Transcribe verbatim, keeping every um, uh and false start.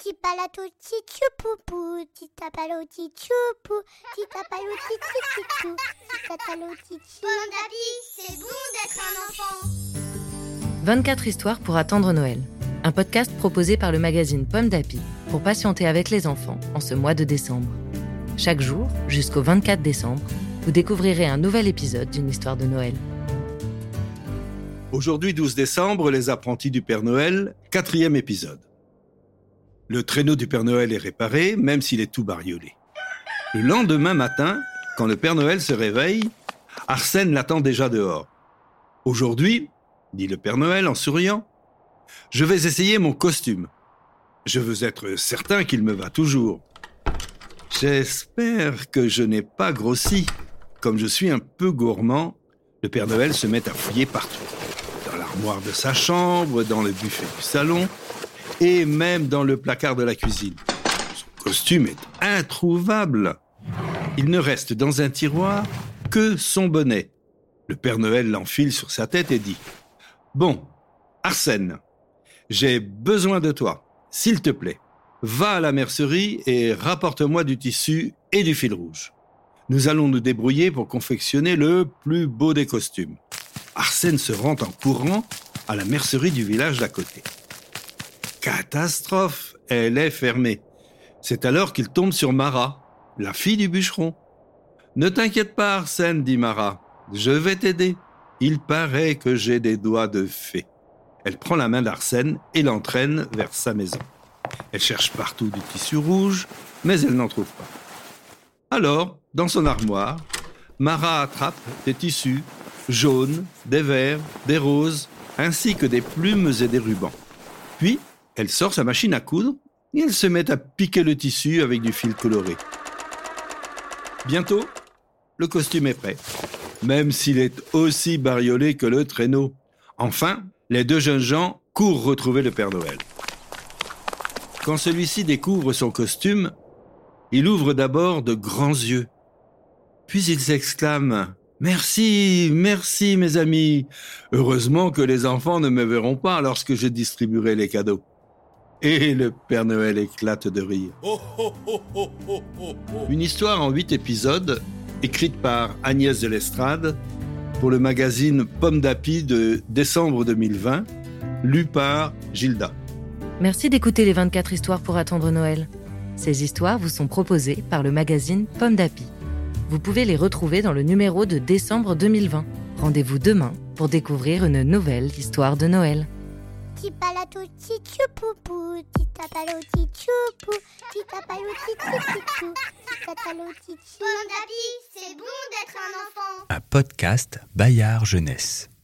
Tipalato tichupupu, titapalo tichupou, titapalo tichichichou, titatalo tichou. Pomme d'Api, c'est bon d'être un enfant. vingt-quatre histoires pour attendre Noël. Un podcast proposé par le magazine Pomme d'Api pour patienter avec les enfants en ce mois de décembre. Chaque jour, jusqu'au vingt-quatre décembre, vous découvrirez un nouvel épisode d'une histoire de Noël. Aujourd'hui, douze décembre, les apprentis du Père Noël, quatrième épisode. Le traîneau du Père Noël est réparé, même s'il est tout bariolé. Le lendemain matin, quand le Père Noël se réveille, Arsène l'attend déjà dehors. « Aujourd'hui, dit le Père Noël en souriant, je vais essayer mon costume. Je veux être certain qu'il me va toujours. J'espère que je n'ai pas grossi. Comme je suis un peu gourmand, le Père Noël se met à fouiller partout. Dans l'armoire de sa chambre, dans le buffet du salon, et même dans le placard de la cuisine. Son costume est introuvable. Il ne reste dans un tiroir que son bonnet. Le Père Noël l'enfile sur sa tête et dit « Bon, Arsène, j'ai besoin de toi. S'il te plaît, va à la mercerie et rapporte-moi du tissu et du fil rouge. Nous allons nous débrouiller pour confectionner le plus beau des costumes. » Arsène se rend en courant à la mercerie du village d'à côté. Catastrophe, elle est fermée. C'est alors qu'il tombe sur Mara, la fille du bûcheron. « Ne t'inquiète pas, Arsène, dit Mara. Je vais t'aider. Il paraît que j'ai des doigts de fée. » Elle prend la main d'Arsène et l'entraîne vers sa maison. Elle cherche partout du tissu rouge, mais elle n'en trouve pas. Alors, dans son armoire, Mara attrape des tissus jaunes, des verts, des roses, ainsi que des plumes et des rubans. Puis, elle sort sa machine à coudre et elle se met à piquer le tissu avec du fil coloré. Bientôt, le costume est prêt, même s'il est aussi bariolé que le traîneau. Enfin, les deux jeunes gens courent retrouver le Père Noël. Quand celui-ci découvre son costume, il ouvre d'abord de grands yeux. Puis il s'exclame « Merci, merci mes amis. Heureusement que les enfants ne me verront pas lorsque je distribuerai les cadeaux. » Et le Père Noël éclate de rire. Une histoire en huit épisodes, écrite par Agnès de l'Estrade, pour le magazine Pomme d'Api de décembre deux mille vingt, lu par Gilda. Merci d'écouter les vingt-quatre histoires pour attendre Noël. Ces histoires vous sont proposées par le magazine Pomme d'Api. Vous pouvez les retrouver dans le numéro de décembre deux mille vingt. Rendez-vous demain pour découvrir une nouvelle histoire de Noël. Tipalato tichupupu, titapalo tichupou, titapalo tichichichou, titatalo tichou. Pomme d'Api, c'est bon d'être un enfant. Un podcast Bayard Jeunesse.